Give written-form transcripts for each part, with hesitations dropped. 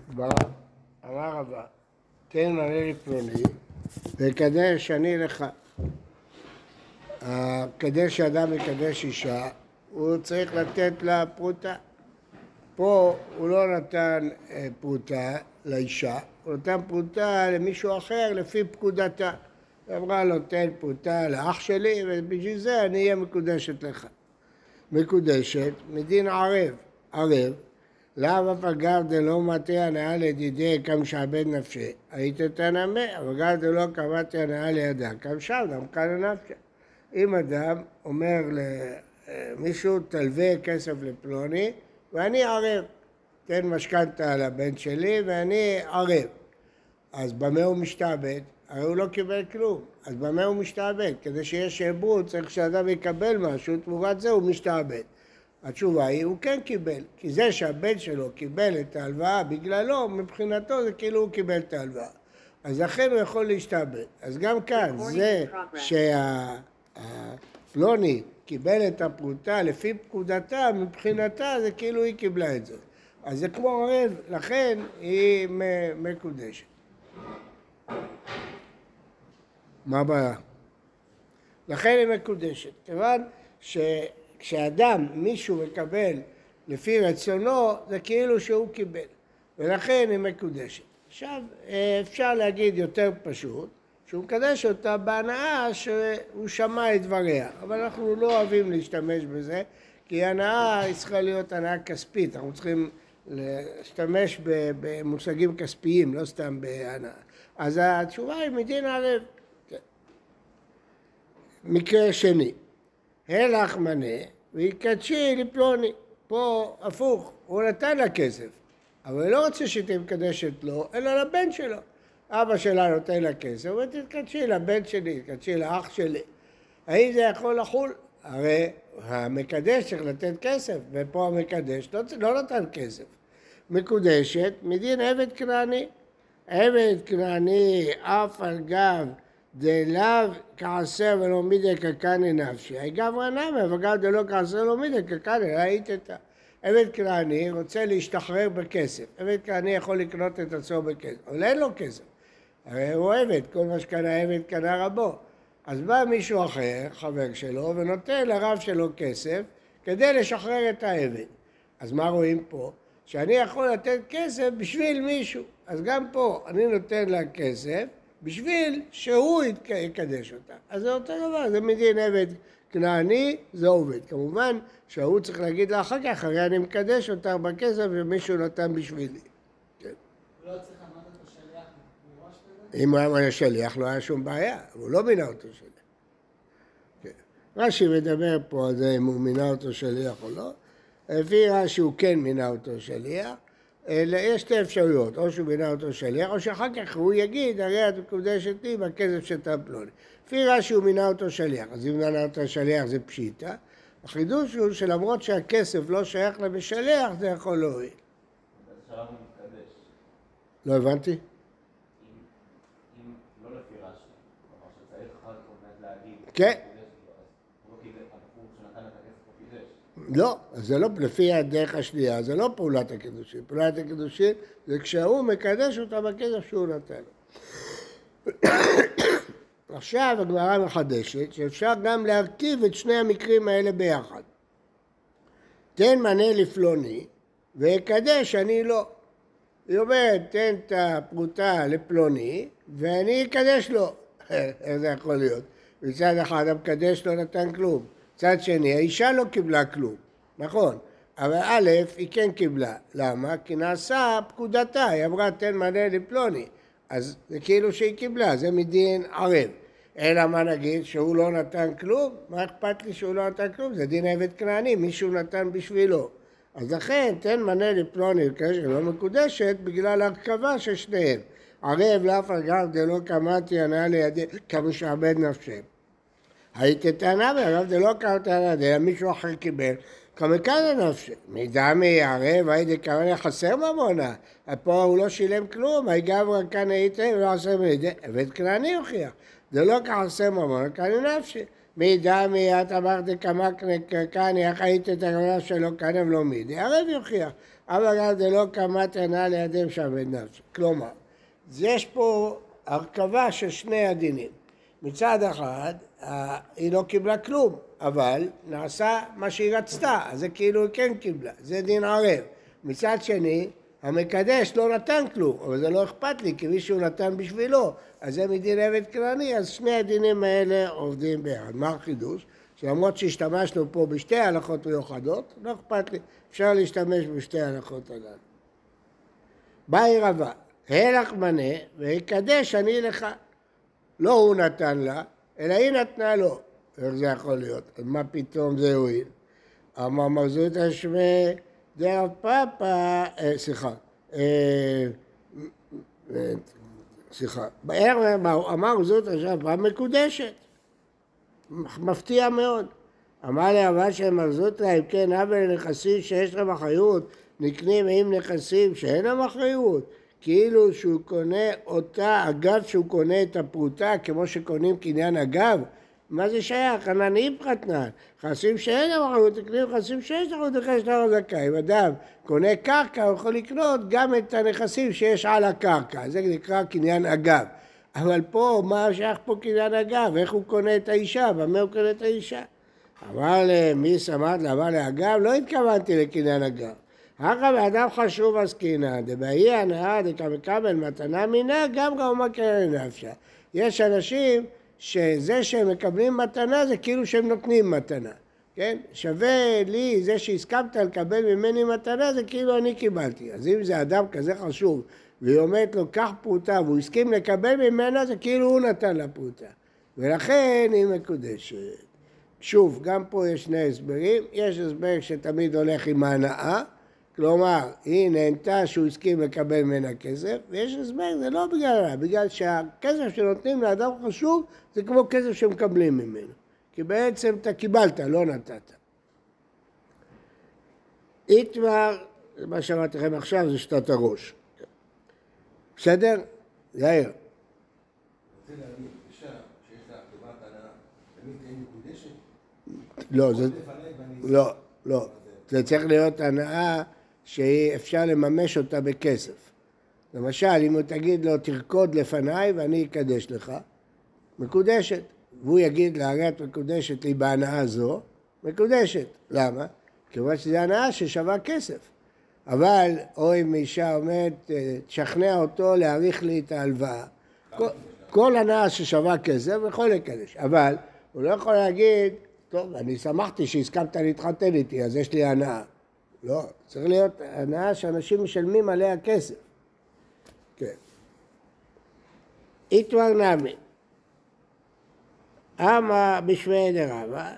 אמר רבא, תן מנה לפלוני וקדש אני לך. הקדש שאדם מקדש אישה, הוא צריך לתת לה פרוטה. פה הוא לא נתן פרוטה לאישה, הוא נתן פרוטה למישהו אחר לפי פקודתה. היא אמרה לו, תן פרוטה לאח שלי ובשביל זה אני אהיה מקודשת לך. מקודשת מדין ערב. ערב, לאו אף אגב דלא מטה הנאה לדידי כמשעבד נפשי. היית תנמה, אבל אגב דלא קבעתי הנאה לידה, כמשעבד קנה נפשי. אם אדם אומר למישהו, תלווה כסף לפלוני, ואני ערב, תן משכנתה לבן שלי ואני ערב. אז במה הוא משתעבד? הרי הוא לא קיבל כלום. אז במה הוא משתעבד? כדי שיש שעבוד צריך שאדם יקבל משהו, תמורת זה הוא משתעבד. התשובה היא, הוא כן קיבל, כי זה שהבן שלו קיבל את ההלוואה בגללו, מבחינתו זה כאילו הוא קיבל את ההלוואה. אז לכן הוא יכול להשתעבד. אז גם כאן, זה שהפלוני קיבל את הפרוטה לפי פקודתה, מבחינתה זה כאילו היא קיבלה את זה. אז זה כמו ערב, לכן היא מקודשת. מה הבעיה? לכן היא מקודשת. כיוון שכשאדם, מישהו מקבל לפי רצונו, זה כאילו שהוא קיבל. ולכן היא מקודשת. עכשיו, אפשר להגיד יותר פשוט, שהוא מקדש אותה בהנאה שהוא שמע את דבריה. אבל אנחנו לא אוהבים להשתמש בזה, כי הנאה היא צריכה להיות הנאה כספית. אנחנו צריכים להשתמש במושגים כספיים, לא סתם בהנאה. אז התשובה היא מדין ערב. מקרה שני, הלך מנה ויקדשי לפלוני. פה הפוך, הוא נתן לה כסף, אבל הוא לא רוצה שתהיה מקדשת לו, אלא לבן שלו. אבא שלה נותן לה כסף, ותתקדשי לבן שלי, תתקדשי לאח שלי. האם זה יכול לחול? הרי המקדש צריך לתת כסף, ופה המקדש לא נתן כסף. מקודשת מדין עבד כנעני. עבד כנעני אף על גב דלאו כעשר ולא מידי כקני נפשי. היגב רנמה, וגב דלא כעשר ולא מידי כקני, ראית את עבד כנעני רוצה להשתחרר בכסף. עבד כנעני יכול לקנות את עצמו בכסף, אבל אין לו כסף. הרי הוא עבד, כל מה שקנה עבד קנה רבו. אז בא מישהו אחר, חבר שלו, ונותן לרב שלו כסף כדי לשחרר את העבד. אז מה רואים פה? שאני יכול לתת כסף בשביל מישהו. אז גם פה אני נותן לה כסף בשביל שהוא יקדש אותה. אז זה אותו דבר, זה מדין עבד כנעני, זה עובד. כמובן שהוא צריך להגיד לה אחר כך, הרי אני מקדש אותה בכסף ומישהו נתן בשבילי. כן. הוא לא צריך למנות את השליח מראש בזה? אם הוא היה שליח לא היה שום בעיה, הוא לא מינה אותו שליח. כן. רש"י מדבר פה על זה אם הוא מינה אותו שליח או לא. לפי רש"י הוא כן מינה אותו שליח. יש שתי אפשרויות, או שהוא מינה אותו שליח, או שאחר כך הוא יגיד, הרי את מקודשת לי בכסף שאתה פלוני. לפי רש"י הוא מינה אותו שליח, אז אם מינה אותו שליח זה פשיטה. החידוש הוא שלמרות שהכסף לא שייך לבשליח, זה יכול להועיל. אז שלב הוא מתקדש. לא הבנתי? אם לא לפי רש"י, כלומר שצריך אחר כך באמת להגיד, כן. הוא לא קיבל, הבחור שנתן את הכסף הוא קידש. לא, זה לא, לפי הדרך השנייה, זה לא פעולת הקידושין. פעולת הקידושין זה כשהוא מקדש אותה בכסף שהוא נתן. עכשיו הגמרא מחדשת שאפשר גם להרכיב את שני המקרים האלה ביחד. תן מנה לפלוני ויקדש אני לא. היא אומרת, תן את הפרוטה לפלוני ואני אקדש לו. איך זה יכול להיות? מצד אחד המקדש לא נתן כלום. מצד שני, האישה לא קיבלה כלום. נכון. אבל א', היא כן קיבלה. למה? כי נעשה פקודתה. היא אמרה, תן מנה לפלוני. אז זה כאילו שהיא קיבלה, זה מדין ערב. אלא מה נגיד? שהוא לא נתן כלום? מה אכפת לי שהוא לא נתן כלום? זה דין עבד כנעני, מישהו נתן בשבילו. אז לכן, תן מנה לפלוני, כשהיא לא מקודשת, בגלל הרכבה של שניהם. ערב לאף אגב דלא קמתי הנאה לידי כמשעבד נפשם. הייתי טענה והרב דלא קמתי הנאה לידי, מישהו אחר קיבל. כמכאן הנפשי, מידע מערב, הייתי כמובן חסר ממונה, פה הוא לא שילם כלום, היגב רק כאן הייתי ולא חסר מידע, עבד כנעני הוכיח, זה לא כחסר ממונה, כאן נפשי, מי דמי את אמרת כמקנה קרקני, איך היית את הכוונה שלו כנב לא מידי? הרב יוכיח, אבל גם זה לא קמת ענה לידם שם את נפשו. כלומר, יש פה הרכבה של שני הדינים. מצד אחד, היא לא קיבלה כלום, אבל נעשה מה שהיא רצתה, אז זה כאילו היא כן קיבלה, זה דין ערב. מצד שני, המקדש לא נתן כלום, אבל זה לא אכפת לי, כי מישהו נתן בשבילו, אז זה מדין עבד כנעני, אז שני הדינים האלה עובדים ביחד. מה החידוש? שלמרות שהשתמשנו פה בשתי הלכות מיוחדות, לא אכפת לי, אפשר להשתמש בשתי הלכות הללו. באי רבה, הלך מנה ויקדש אני לך. לא הוא נתן לה, אלא היא נתנה לו. איך זה יכול להיות? מה פתאום זה הועיל? אמר מרזות השמי דרב פאפה, אמר זאת השמי מקודשת. מפתיע מאוד. אמר לי אבל שהם מרזות לה, אם כן אבל נכסים שיש להם אחריות, נקנים עם נכסים שאין להם אחריות. כאילו שהוא קונה אותה, אגב שהוא קונה את הפרוטה, כמו שקונים קניין אגב, מה זה שייך? עננים פחתנן. נכסים שאין להם אחריות, תקנים נכסים שיש אחריות, נכנס להם זכאי. אם אדם קונה קרקע, הוא יכול לקנות גם את הנכסים שיש על הקרקע. זה נקרא קניין אגב. אבל פה, מה שייך פה קניין אגב? איך הוא קונה את האישה? במה הוא קונה את האישה? אמר למי סמד לה, אמר לאגב, לא התכוונתי לקניין אגב. אחר באדם חשוב עסקינן, דבאי הנאה דקבל מתנה מינה, גם מה קרן נפשה. יש אנשים שזה שהם מקבלים מתנה זה כאילו שהם נותנים מתנה. כן? שווה לי, זה שהסכמת לקבל ממני מתנה זה כאילו אני קיבלתי. אז אם זה אדם כזה חשוב והיא אומרת לו קח פרוטה והוא הסכים לקבל ממנה זה כאילו הוא נתן לה פרוטה. ולכן היא מקודשת. שוב, גם פה יש שני הסברים. יש הסבר שתמיד הולך עם ההנאה. כלומר, היא נהנתה שהוא הסכים לקבל ממנה כסף, ויש הסבר, זה לא בגללה, בגלל שהכסף שנותנים לאדם חשוב, זה כמו כסף שמקבלים ממנו. כי בעצם אתה קיבלת, לא נתת. איתמר, מה שאמרתי לכם עכשיו, זה שתת הראש. בסדר? יאיר. רוצה להגיד, אישה שיש לה כמעט הנאה, תמיד תהיה מקודשת? לא, זה... לא. זה צריך להיות הנאה שאפשר לממש אותה בכסף. למשל, אם הוא תגיד לו, תרקוד לפניי ואני אקדש לך, מקודשת. והוא יגיד לה, הרי את מקודשת לי בהנאה זו, מקודשת. למה? כיוון שזו הנאה ששווה כסף. אבל, או אם אישה אומרת, תשכנע אותו להאריך לי את ההלוואה. כל הנאה ששווה כסף יכול לקדש. אבל הוא לא יכול להגיד, טוב, אני שמחתי שהסכמת להתחתן איתי, אז יש לי הנאה. לא, צריך להיות הנאה שאנשים משלמים עליה כסף. כן. איתמר נמי. אמה בשמי דרבה,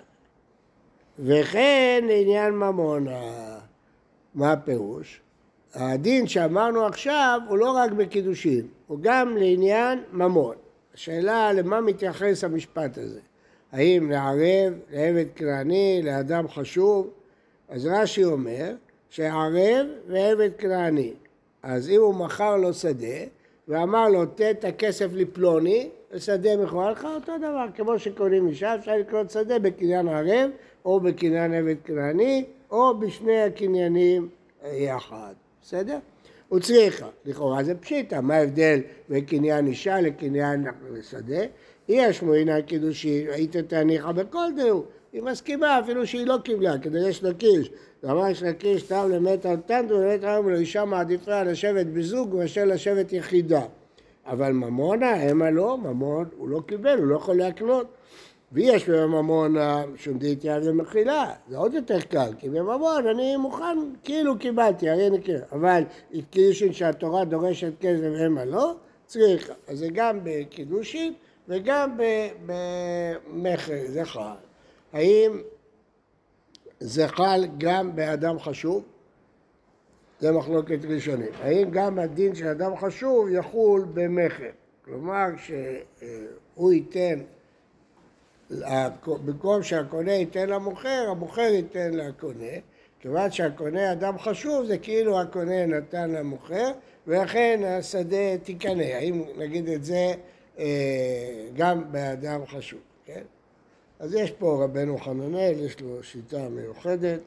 וכן לעניין ממונה. מה הפירוש? הדין שאמרנו עכשיו הוא לא רק בקידושין, הוא גם לעניין ממון. השאלה למה מתייחס המשפט הזה? האם לערב, לעבד כנעני, לאדם חשוב? אז רש"י אומר שערב ועבד כנעני. אז אם הוא מכר לו שדה ואמר לו תן את הכסף לפלוני, שדה מכור לך אותו דבר, כמו שקונים אישה, אפשר לקנות שדה בקניין ערב או בקניין עבד כנעני או בשני הקניינים יחד. בסדר? הוא צריכה, לכאורה זה פשיטה, מה ההבדל בין קניין אישה לקניין שדה? יש מועינה קידושין, היית תניחה בכל דהו, היא מסכימה אפילו שהיא לא קיבלה, כדי יש לקיש. ואמר יש לקיש טעם למת על טנטו, ולמת על לו אישה מעדיפה לשבת בזוג מאשר לשבת יחידה. אבל ממונה, המה לא, ממון הוא לא קיבל, הוא לא יכול להקנות. ויש בממון שומדית יד ומחילה, זה עוד יותר קל, כי בממון אני מוכן, כאילו קיבלתי, הרי נקרא. אבל קידושין שהתורה דורשת כסף המה לא, צריכה. אז זה גם בקידושין, וגם במחר, זה חל. האם זה חל גם באדם חשוב? זה מחלוקת ראשונית. האם גם הדין של אדם חשוב יחול במחר? כלומר, שהוא ייתן, במקום שהקונה ייתן למוכר, המוכר ייתן לקונה. כיוון שהקונה אדם חשוב, זה כאילו הקונה נתן למוכר, ולכן השדה תיקנה. האם נגיד את זה גם באדם חשוב, כן? אז יש פה רבנו חננאל, יש לו שיטה מיוחדת.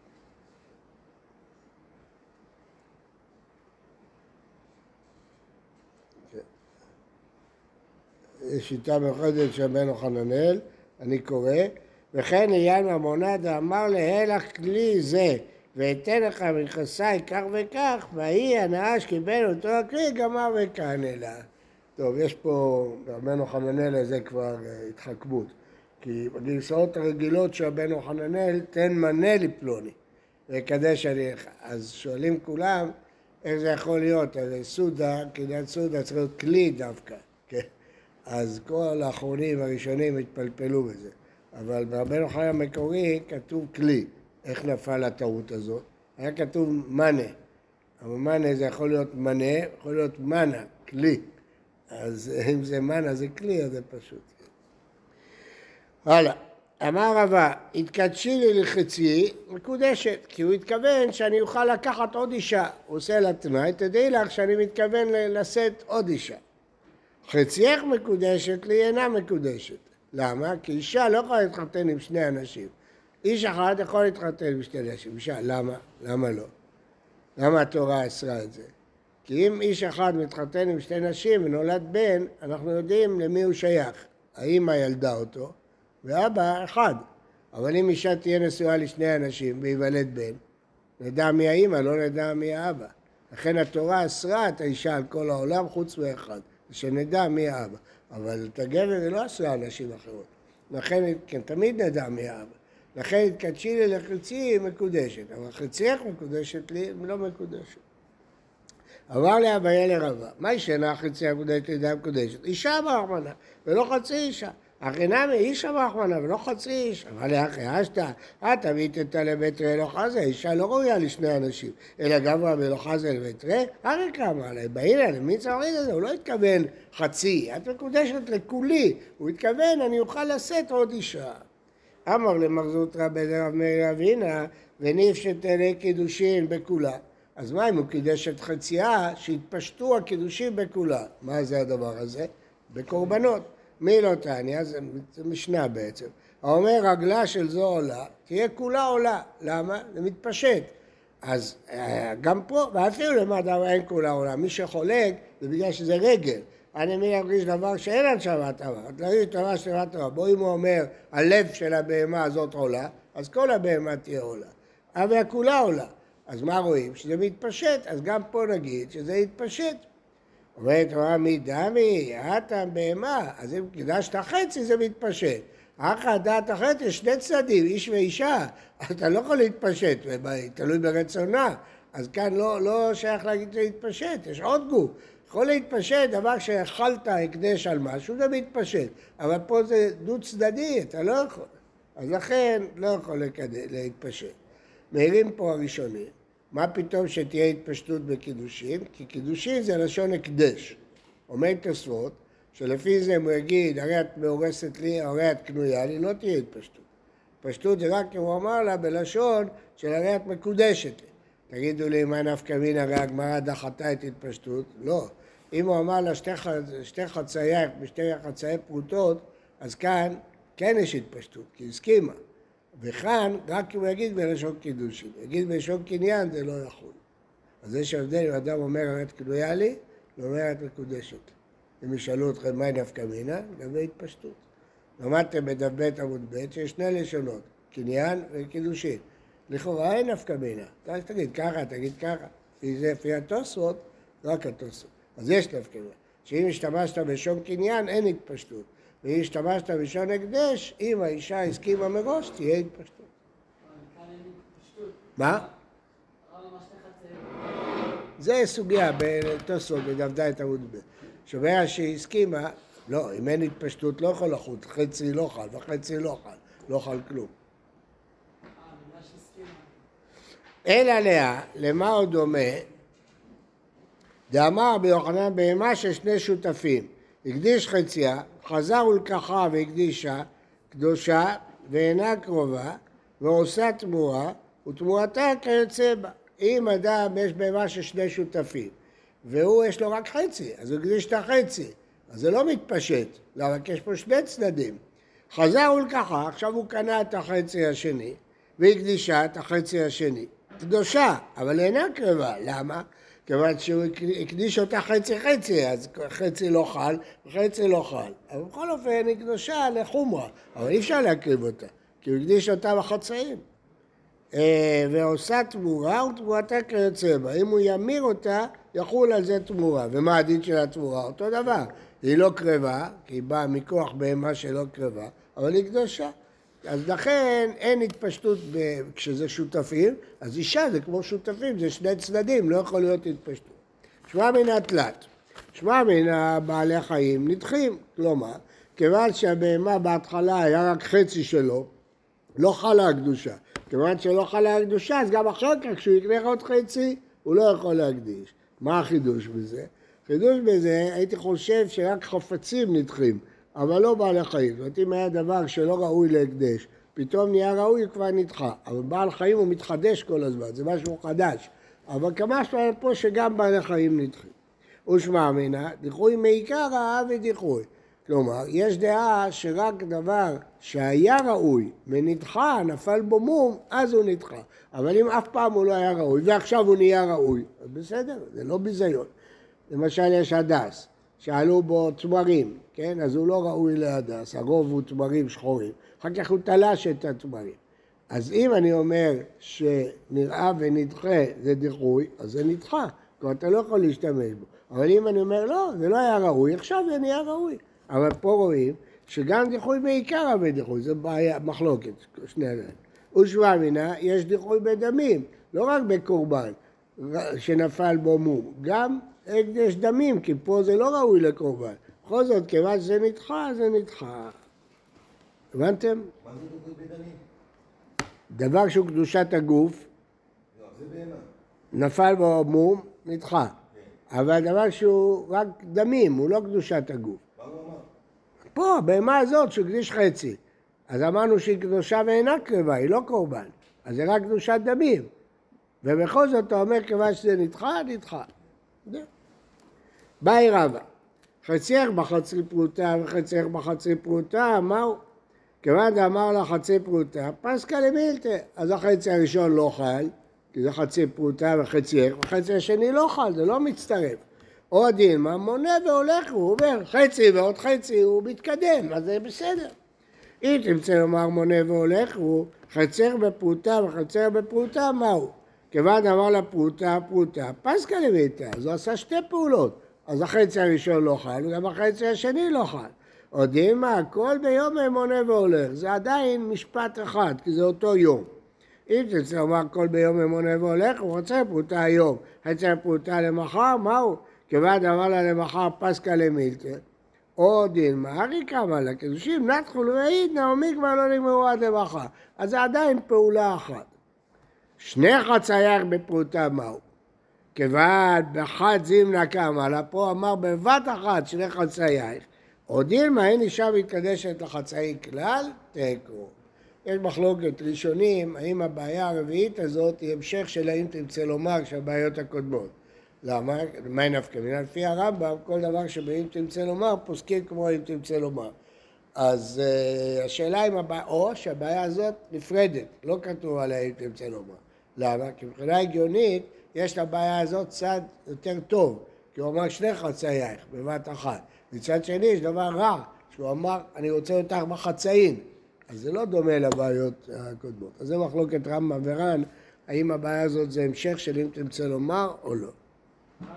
יש שיטה מיוחדת של רבנו חננאל, אני קורא, וכן עניין ממונה דאמר להלך כלי זה, ואתן לך מנכסי כך וכך, והיא הנאה שקיבל אותו הכלי גמר וכהנה לה. טוב, יש פה רבנו חננאל הזה כבר התחכמות, כי בגרסאות הרגילות של רבנו חננאל, תן מנה לפלוני, וקדש עליך. אז שואלים כולם, איך זה יכול להיות? הרי סודה, כדעת סודה צריך להיות כלי דווקא, כן? אז כל האחרונים הראשונים התפלפלו בזה. אבל ברבנו חננאל המקורי כתוב כלי. איך נפל הטעות הזאת? היה כתוב מנה. אבל מנה זה יכול להיות מנה, יכול להיות מנה, כלי. אז אם זה מנה זה כלי, אז זה פשוט. הלאה. אמר רבא, התקדשי לי לחצי, מקודשת, כי הוא התכוון שאני אוכל לקחת עוד אישה. הוא עושה לה תנאי, תדעי לך שאני מתכוון לשאת עוד אישה. חצייך מקודשת לי אינה מקודשת. למה? כי אישה לא יכולה להתחתן עם שני אנשים. איש אחד יכול להתחתן עם שתי אנשים. אישה, למה? למה לא? למה התורה אסרה את זה? כי אם איש אחד מתחתן עם שתי נשים ונולד בן, אנחנו יודעים למי הוא שייך. האמא ילדה אותו, ואבא אחד. אבל אם אישה תהיה נשואה לשני אנשים ויוולד בן, נדע מי האמא, לא נדע מי האבא. לכן התורה אסרה את האישה על כל העולם חוץ מאחד, שנדע מי האבא. אבל את הגבר היא לא אסרה אנשים אחרות. לכן, כן, תמיד נדע מי האבא. לכן התקדשי לי לחצי היא מקודשת, אבל חצייך מקודשת לי, היא לא מקודשת. אמר לי אביה לרבא, מה ישנה חצי מקודשת לידי מקודשת? אישה ברחמנה, ולא חצי אישה. אחי נמי, אישה ברחמנה, ולא חצי אישה. אבל לאחי אשתה, תביא את לבית ראה לא חזה, אישה לא ראויה לשני אנשים, אלא גברא ולא חזה לבית ראה, הרי כמה עליי, בעילה, למי צריך את זה? הוא לא התכוון חצי, את מקודשת לכולי, הוא התכוון, אני אוכל לשאת עוד אישה. אמר למרזוטרא בן רב מאיר אבינה, וניף שתראה קידושין בכולה. אז מה אם הוא קידש את חצייה, שהתפשטו הקידושים בכולה? מה זה הדבר הזה? בקורבנות. מי לא תעניה? זה משנה בעצם. האומר רגלה של זו עולה, תהיה כולה עולה. למה? זה מתפשט. אז גם פה, ואפילו למדע אין כולה עולה. מי שחולק זה בגלל שזה רגל. אני מי להרגיש דבר שאין הנשמת אבה. את להרגיש דבר של הנשמת אבה. בו אם הוא אומר, הלב של הבהמה הזאת עולה, אז כל הבהמה תהיה עולה. אבל כולה עולה. אז מה רואים? שזה מתפשט, אז גם פה נגיד שזה יתפשט. אומרת, מי דמי, הטעם בהמה, אז אם קידשת חצי זה מתפשט. אחת דעת החטא יש שני צדדים, איש ואישה, אתה לא יכול להתפשט, תלוי ברצונה. אז כאן לא שייך להגיד להתפשט, יש עוד גוף. יכול להתפשט, דבר שהחלת הקדש על משהו, זה מתפשט. אבל פה זה דו צדדי, אתה לא יכול. אז לכן לא יכול להתפשט. מהירים פה הראשונים. מה פתאום שתהיה התפשטות בקידושים? כי קידושים זה לשון הקדש. אומר תוספות, שלפי זה הוא יגיד, הרי את מאורסת לי, הרי את קנויה לי, לא תהיה התפשטות. התפשטות זה רק הוא אמר לה בלשון של הרי את מקודשת לי. תגידו לי, מה נפקא מינה, הרי הגמרא דחתה את התפשטות? לא. אם הוא אמר לה שתי חצאי, בשתי חצאי פרוטות, אז כאן כן יש התפשטות, כי הסכימה. וכאן, רק אם הוא יגיד בלשון קידושים. יגיד בלשון קניין, זה לא יכול. אז יש הבדל, אם אדם אומר, הרי את קנויה לי, לא אומר, את מקודשת. אם ישאלו אתכם, מהי נפקא מינה? לגבי התפשטות. למדתם בדף ב' עמוד ב' שיש שני לשונות, קניין וקידושין. לכאורה אין נפקא מינה. אז תגיד ככה, תגיד ככה. לפי התוספות, רק התוספות. אז יש נפקא מינה. שאם השתמשת בלשון קניין, אין התפשטות. ואם השתמשת בלשון הקדש, אם האישה הסכימה מראש, תהיה התפשטות. מה? זה סוגיה בתוספות, בדף ד' עמוד ב'. שאומר שהסכימה, לא, אם אין התפשטות לא יכול לחוט, חצי לא חל וחצי לא חל, לא חל כלום. אלא עליה, למה הוא דומה? דאמר ביוחנן בהמה ששני שותפים, הקדיש חציה, חזר ולקחה והקדישה, קדושה ואינה קרובה, ועושה תמורה, ותמורתה כיוצא בה. אם אדם יש בהמה ששני שותפים, והוא יש לו רק חצי, אז הוא הקדיש את החצי, אז זה לא מתפשט, למה? כי יש פה שני צדדים. חזר ולקחה, עכשיו הוא קנה את החצי השני, והקדישה את החצי השני. קדושה, אבל אינה קרבה. למה? כיוון שהוא הקדיש אותה חצי, אז חצי לא חל, וחצי לא חל. אבל בכל אופן היא קדושה לחומרה, אבל אי אפשר להקריב אותה, כי הוא הקדיש אותה בחצאים. ועושה תמורה ותמורתה כיוצא בה. אם הוא ימיר אותה, יחול על זה תמורה. ומה הדין של התמורה? אותו דבר. היא לא קרבה, כי היא באה מכוח בהמה שלא קרבה, אבל היא קדושה. אז לכן אין התפשטות כשזה שותפים, אז אישה זה כמו שותפים, זה שני צדדים, לא יכול להיות התפשטות. שמע מן התלת, שמע מן בעלי חיים נדחים, כלומר, כיוון שהבהמה בהתחלה היה רק חצי שלו, לא חלה הקדושה. כיוון שלא חלה הקדושה, אז גם אחר כך כשהוא יקנה עוד חצי, הוא לא יכול להקדיש. מה החידוש בזה? חידוש בזה, הייתי חושב שרק חפצים נדחים, אבל לא בעלי חיים. זאת אומרת, אם היה דבר שלא ראוי להקדש, פתאום נהיה ראוי, הוא כבר נדחה. אבל בעל חיים הוא מתחדש כל הזמן, זה משהו חדש. אבל כמה שפעמים פה שגם בעלי חיים נדחים. ושמע מינה, דיחוי מעיקר רעה ודיחוי. כלומר, יש דעה שרק דבר שהיה ראוי ונדחה, נפל בו מום, אז הוא נדחה. אבל אם אף פעם הוא לא היה ראוי, ועכשיו הוא נהיה ראוי, אז בסדר, זה לא ביזיון. למשל, יש הדס, שעלו בו תמרים, כן? אז הוא לא ראוי להדס, הרוב הוא תמרים שחורים. אחר כך הוא תלש את התמרים. אז אם אני אומר שנראה ונדחה זה דיחוי, אז זה נדחה, כי אתה לא יכול להשתמש בו. אבל אם אני אומר לא, זה לא היה ראוי, עכשיו זה נהיה ראוי. אבל פה רואים שגם דיחוי בעיקר ודיחוי, זה בעיה, מחלוקת, שני הדברים. ושמע מינה, יש דיחוי בדמים, לא רק בקורבן שנפל בו מום, גם הקדש דמים, כי פה זה לא ראוי לקורבן. בכל זאת, כיוון שזה נדחה, זה נדחה. הבנתם? מה זה דיחוי בדמים? דבר שהוא קדושת הגוף, לא, זה בהמה. נפל בו מום, נדחה. אבל דבר שהוא רק דמים, הוא לא קדושת הגוף. מה הוא אמר? פה, בהמה הזאת, שהוא הקדיש חצי. אז אמרנו שהיא קדושה ואינה קרבה, היא לא קורבן. אז זה רק קדושת דמים. ובכל זאת אתה אומר, כיוון שזה נדחה, נדחה. באי רבא, חצייך בחצי פרוטה וחצייך בחצי פרוטה, מהו? כיוון דאמר לה חצי פרוטה, פסקה למילתא. אז החצי הראשון לא חל, כי זה חצי פרוטה וחצייך, וחצי השני לא חל, זה לא מצטרף. או דילמה מונה והולך, הוא אומר חצי ועוד חצי, הוא מתקדם, אז זה בסדר. אם תמצא לומר מונה והולך, הוא חצר בפרוטה וחצר בפרוטה, מהו? כיוון אמר לה פרוטה, פרוטה, פסקה לביתה, אז הוא עשה שתי פעולות. אז החצי הראשון לא חל, וגם החצי השני לא חל. או דילמה, הכל ביום מונה והולך, זה עדיין משפט אחד, כי זה אותו יום. אם תמצא לומר כל ביום מונה והולך, הוא רוצה פרוטה היום, חצר פרוטה למחר, מהו? כיוון אמר לה למחר פסקה למילתא, או דילמה, הרי כמה לה, קדושים נתחו להעיד, נעמי כבר לא נגמרו עד למחר. אז זה עדיין פעולה אחת. שני חצייך בפרוטה מהו? כיוון באחד זימנה כמה לה, פה אמר בבת אחת שני חצייך. או דילמה, אין אישה מתקדשת לחצאי כלל, תקרו. יש מחלוקת ראשונים, האם הבעיה הרביעית הזאת היא המשך של האם תמצא לומר שהבעיות הקודמות. למה? מה נפקא מינה? לפי הרמב"ם, כל דבר שבאים תמצא לומר, פוסקים כמו אם תמצא לומר. אז השאלה אם הבעיה, או שהבעיה הזאת נפרדת, לא כתוב עליה אם תמצא לומר. למה? כי מבחינה הגיונית, יש לבעיה הזאת צד יותר טוב, כי הוא אמר שני חצייך בבת אחת. מצד שני, יש דבר רע, שהוא אמר, אני רוצה אותך בחצאין. אז זה לא דומה לבעיות הקודמות. אז זה מחלוקת רמב"ם ור"ן, האם הבעיה הזאת זה המשך של אם תמצא לומר או לא. כל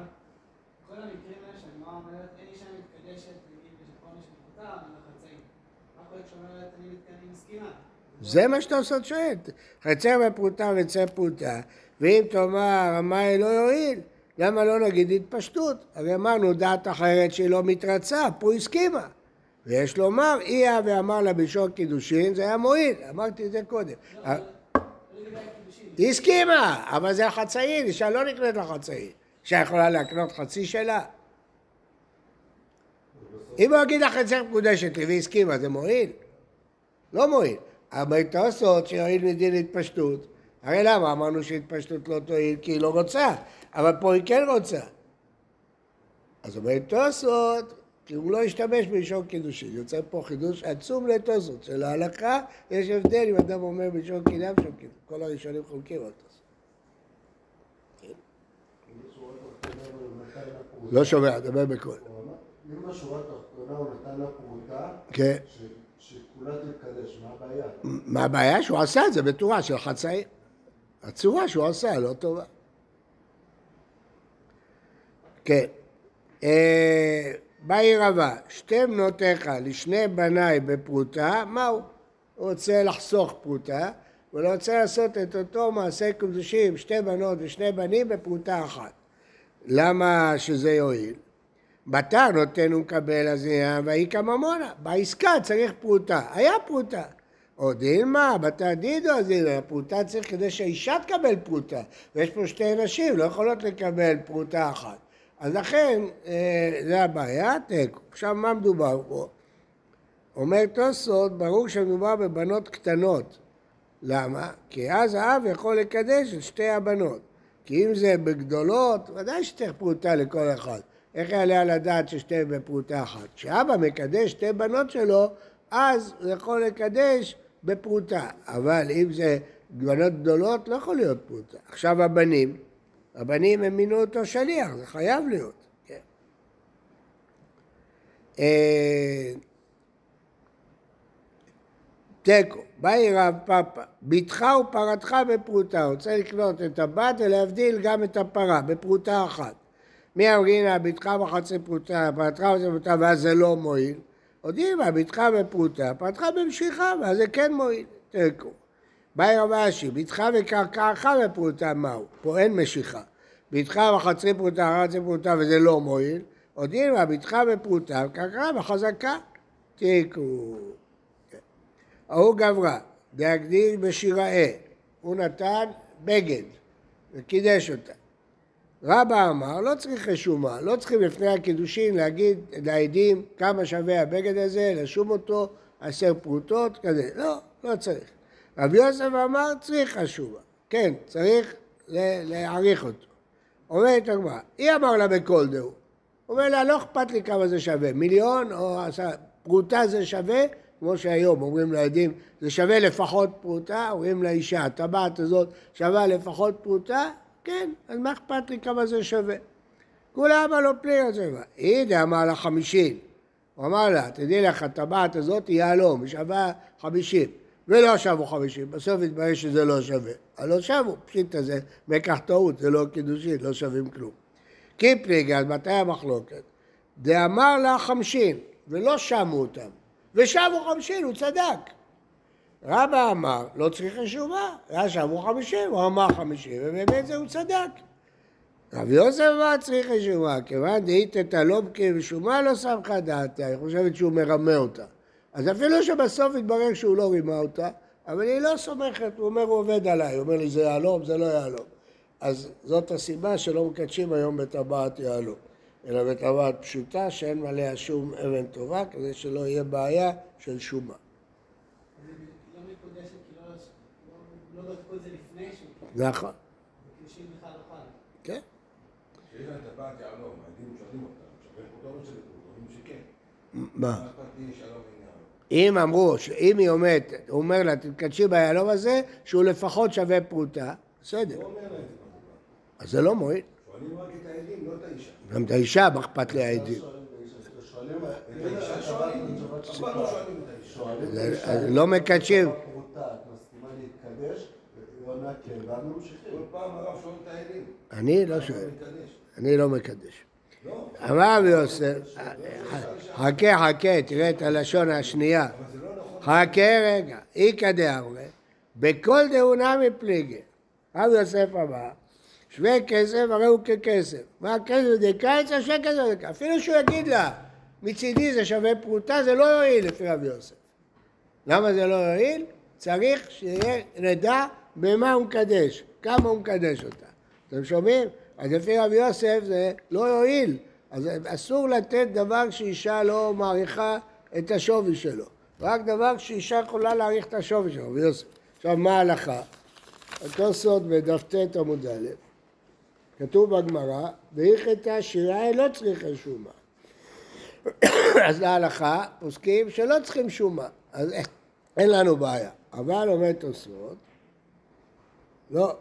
המקרים האלה שהגמרא אומרת, אין אישה מתקדשת, נגיד בשחורש בפרוטה, אבל לחצאים. מה קורה כשאומרת, אני מסכימה? זה מה שאתה עושה שואלת. חצר בפרוטה וצא פרוטה, ואם תאמר, מה לא יועיל? למה לא נגיד התפשטות? הרי אמרנו דעת אחרת שהיא לא מתרצה, פה הסכימה. ויש לומר, איה ואמר לה בשור קידושין, זה היה מועיל, אמרתי את זה קודם. היא הסכימה, אבל זה החצאין, אישה לא נקנית לחצאין. אישה יכולה להקנות חצי שלה. אם הוא יגיד לך את זה מקודשת לי והיא הסכימה, זה מועיל? לא מועיל. אבל תעשות שיועיל מדין התפשטות. הרי למה? אמרנו שהתפשטות לא תועיל כי היא לא רוצה, אבל פה היא כן רוצה. אז אומרת תעשות, כי הוא לא השתמש בלשון קידושין. יוצא פה חידוש עצום לתוספות. של ההלכה יש הבדל אם אדם אומר בלשון קניין ושון קידוש. כל הראשונים חולקים על תוספות. לא שומע, דבר בקול. אם בשורה התחתונה הוא נתן לה פרוטה, כן. שכולה תתקדש, מה הבעיה? מה הבעיה? שהוא עשה את זה בתורה של חצאי. הצורה שהוא עשה לא טובה. כן. באי רבה, שתי בנותיך לשני בניי בפרוטה, מהו? הוא רוצה לחסוך פרוטה, ולא רוצה לעשות את אותו מעשה קדושים, שתי בנות ושני בנים בפרוטה אחת. למה שזה יועיל? בתר נותן ומקבל הזייה והיא כממונה. בעסקה צריך פרוטה. היה פרוטה. או דילמה, בתר דידו הזייה. הפרוטה צריך כדי שהאישה תקבל פרוטה. ויש פה שתי נשים, לא יכולות לקבל פרוטה אחת. אז לכן, זה הבעיה, תיקו. עכשיו, מה מדובר פה? אומר תוספות, ברור שמדובר בבנות קטנות. למה? כי אז האב יכול לקדש את שתי הבנות. כי אם זה בגדולות, ודאי שצריך פרוטה לכל אחד. איך יעלה על הדעת ששתי בפרוטה אחת? כשאבא מקדש שתי בנות שלו, אז הוא יכול לקדש בפרוטה. אבל אם זה בנות גדולות, לא יכול להיות פרוטה. עכשיו הבנים הם מינו אותו שליח, זה חייב להיות. כן. תיקו, באי רב פאפה, ביתך ופרתך בפרוטה, הוא רוצה לקנות את הבת ולהבדיל גם את הפרה בפרוטה אחת. מי אמרינה, ביתך בחצי פרוטה, פרתך בחצי פרוטה, ואז זה לא מועיל. הודיעה, ביתך בפרוטה, פרתך במשיכה, ואז זה כן מועיל. תיקו. באי רב אשי, ביתך וקרקעך בפרוטה, מהו? פה אין משיכה. ביתך בחצי פרוטה, חצי פרוטה, וזה לא מועיל. הודיעה, ביתך בפרוטה, וקרקעך בחזקה. תיקו. ההוא גברה, להקדיש בשיראה, הוא נתן בגד וקידש אותה. רבא אמר, לא צריך רשומה, לא צריכים לפני הקידושין להגיד לעדים כמה שווה הבגד הזה, לשום אותו, 10 פרוטות, כזה. לא צריך. רבי יוסף אמר, צריך רשומה. כן, צריך להעריך אותו. אומרת הגמרא, היא אמר לה בכל דהו. אומר לה, לא אכפת לי כמה זה שווה, 1,000,000 או פרוטה זה שווה, כמו שהיום אומרים לעדים, זה שווה לפחות פרוטה, אומרים לאישה, הטבעת הזאת שווה לפחות פרוטה, כן, אז מה אכפת לי כמה זה שווה? כולה אמר לו פלירה שווה. היא אמר לה 50. הוא אמר לה, תדעי לך, הטבעת הזאת היא יהלום, היא שווה 50. ולא שבו 50, בסוף התברר שזה לא שווה. אז לא שבו, פשיט הזה, מקח טעות, זה לא קידושין, לא שווים כלום. כי פליגה, אז מתי המחלוקת? דאמר לה 50, ולא שמו אותם. ושמו 50, הוא צדק. רבא אמר, לא צריך רשומה, שמו 50, הוא אמר 50, ובאמת זה הוא צדק. רבי יוסף אמר, צריך רשומה, כיוון דהית את הלובקי ושומה לא סמכה דעתה, היא חושבת שהוא מרמה אותה. אז אפילו שבסוף התברר שהוא לא רימה אותה, אבל היא לא סומכת, הוא אומר, הוא עובד עליי, הוא אומר לי, זה יהלום, זה לא יהלום. אז זאת הסיבה שלא מקדשים היום בטבעת יהלום. אלא בטבעת פשוטה שאין עליה שום אבן טובה, כדי שלא יהיה בעיה של שומה. לא מקודשת, כי לא בדקו את זה לפני שהוא... נכון. וקידושין בכלל לא חל. כן. שיש לה טבעת יהלום, העדים שואלים אותה, שווה פרוטה לא שווה פרוטה, אומרים שכן. מה? אכפת לי שלום עניין. אם אמרו, אם היא עומדת, הוא אומר לה, תתקדשי ביהלום הזה, שהוא לפחות שווה פרוטה, בסדר. לא אומר לה את זה מה אז זה לא מועיל. שואלים רק את העדים, לא את האישה. גם את האישה, מה אכפת לי העדים. את האישה שואלים, אף פעם לא שואלים את האישה. אז לא מקדשים. פרוטה, את מסכימה להתקדש? היא עונה כן, ואז ממשיכים. כל פעם הרב שואל את העדים. אני לא שואל. מקדש. אני לא מקדש. לא. אמר רבי יוסף, חכה, תראה את הלשון השנייה. חכה רגע, איכא דאמרי, בכל דאונה מפליגי. רבי יוסף אמר, שווה כסף הרי הוא ככסף. מה הכסף דקאיצה? שווה כסף דקאיצה. אפילו שהוא יגיד לה, מצידי זה שווה פרוטה, זה לא יועיל לפי רבי יוסף. למה זה לא יועיל? צריך שנדע במה הוא מקדש, כמה הוא מקדש אותה. אתם שומעים? אז לפי רבי יוסף זה לא יועיל. אז אסור לתת דבר שאישה לא מעריכה את השווי שלו. רק דבר שאישה יכולה להעריך את השווי שלו, רבי יוסף. עכשיו, מה ההלכה? אותו סוד בדף ט עמוד א', כתוב בגמרא, והלכתה שיראה לא צריך רשומה. אז להלכה פוסקים שלא צריכים שומה, אז אין לנו בעיה. אבל אומר תוספות, לא.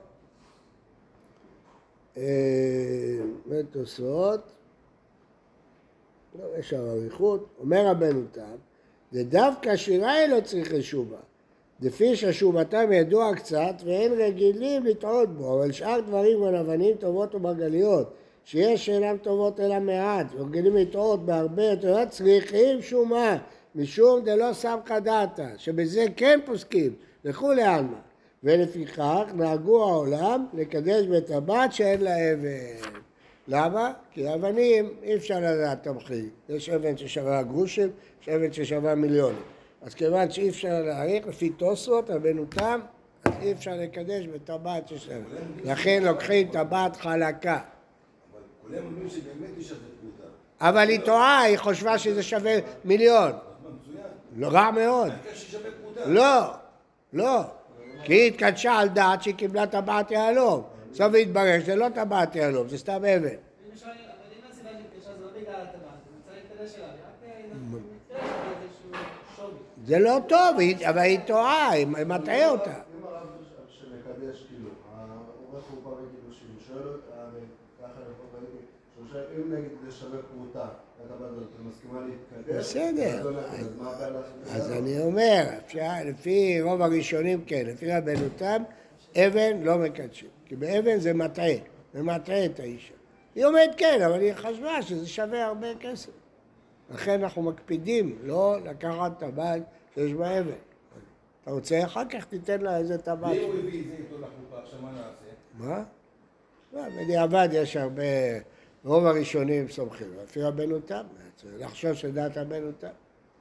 אומר תוספות, לא, יש אריכות, אומר רבנו תם, זה דווקא שיראי לא צריך שומה. לפי ששומתם ידוע קצת ואין רגילים לטעות בו, אבל שאר דברים ונבנים טובות ומרגליות, שיש שאינם טובות אלא מעט, ורגילים לטעות בהרבה יותר, צריכים שומה, משום דלא סמכא דעתא, שבזה כן פוסקים, לכולי עלמא. ולפיכך נהגו העולם לקדש בטבעת שאין לה אבן. למה? כי אבנים אי אפשר לדעת תמחיר. יש אבן ששווה גרושים, יש אבן ששווה מיליונים. אז כיוון שאי אפשר להעריך, לפי תוספות, רבנו תם, אז אי אפשר לקדש בטבעת שיש אבן. לכן לוקחים טבעת חלקה. אבל כולם אומרים שבאמת היא שווה פרוטה. אבל היא טועה, היא חושבה שזה שווה מיליון. מצוין. רע מאוד. העיקר שהיא שווה פרוטה. לא, לא. כי היא התקדשה על דעת שהיא קיבלה טבעת יהלום. עכשיו התברר שזה לא טבעת יהלום, זה סתם אבן. אבל אם הסיבה שהתקשה זה לא בגלל הטבעת, זה מצא להתקדש שלה, רק מתקדש באיזשהו שווי. זה לא טוב, אבל היא טועה, היא מטעה אותה. אם הרב שמקדש, כאילו, העורך הוא בא בגידושים, הוא שואל, ככה לפחות ראיתי, שהוא שואל, אם נגיד זה שווה פרוטה, אתה מסכימה להתקדש? בסדר. אז מה הבעיה לעשות? אז אני אומר, לפי רוב הראשונים כן, לפי רבנו תם, אבן לא מקדשים. כי באבן זה מטעה, זה מטעה את האישה. היא אומרת כן, אבל היא חשבה שזה שווה הרבה כסף. לכן אנחנו מקפידים לא לקחת טבעת שיש בה אבן. אתה רוצה אחר כך תיתן לה איזה טבעת. ואם הוא הביא את זה איתו לחופה, עכשיו מה נעשה? מה? בדיעבד יש הרבה, רוב הראשונים סומכים. לפי רבנו תם, לחשוב שדעת רבנו תם.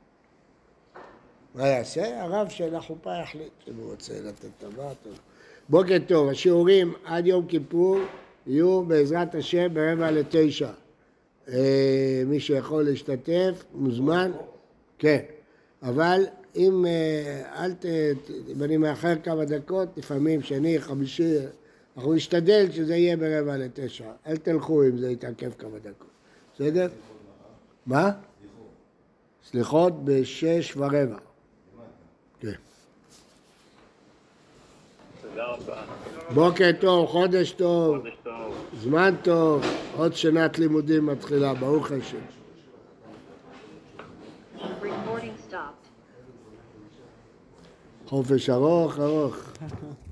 מה יעשה? הרב של החופה יחליט אם הוא רוצה לתת טבעת. בוקר טוב, השיעורים עד יום כיפור יהיו בעזרת השם 8:45. מי שיכול להשתתף מוזמן, כן, אבל אם אני מאחר כמה דקות, לפעמים שני, חמישי, אנחנו נשתדל שזה יהיה 8:45. אל תלכו אם זה יתעכב כמה דקות, בסדר? מה? סליחות 6:15. כן. תודה רבה. בוקר טוב, חודש טוב, חודש טוב. זמן טוב, עוד שנת לימודים מתחילה, ברוך השם. Recording stopped. חופש ארוך.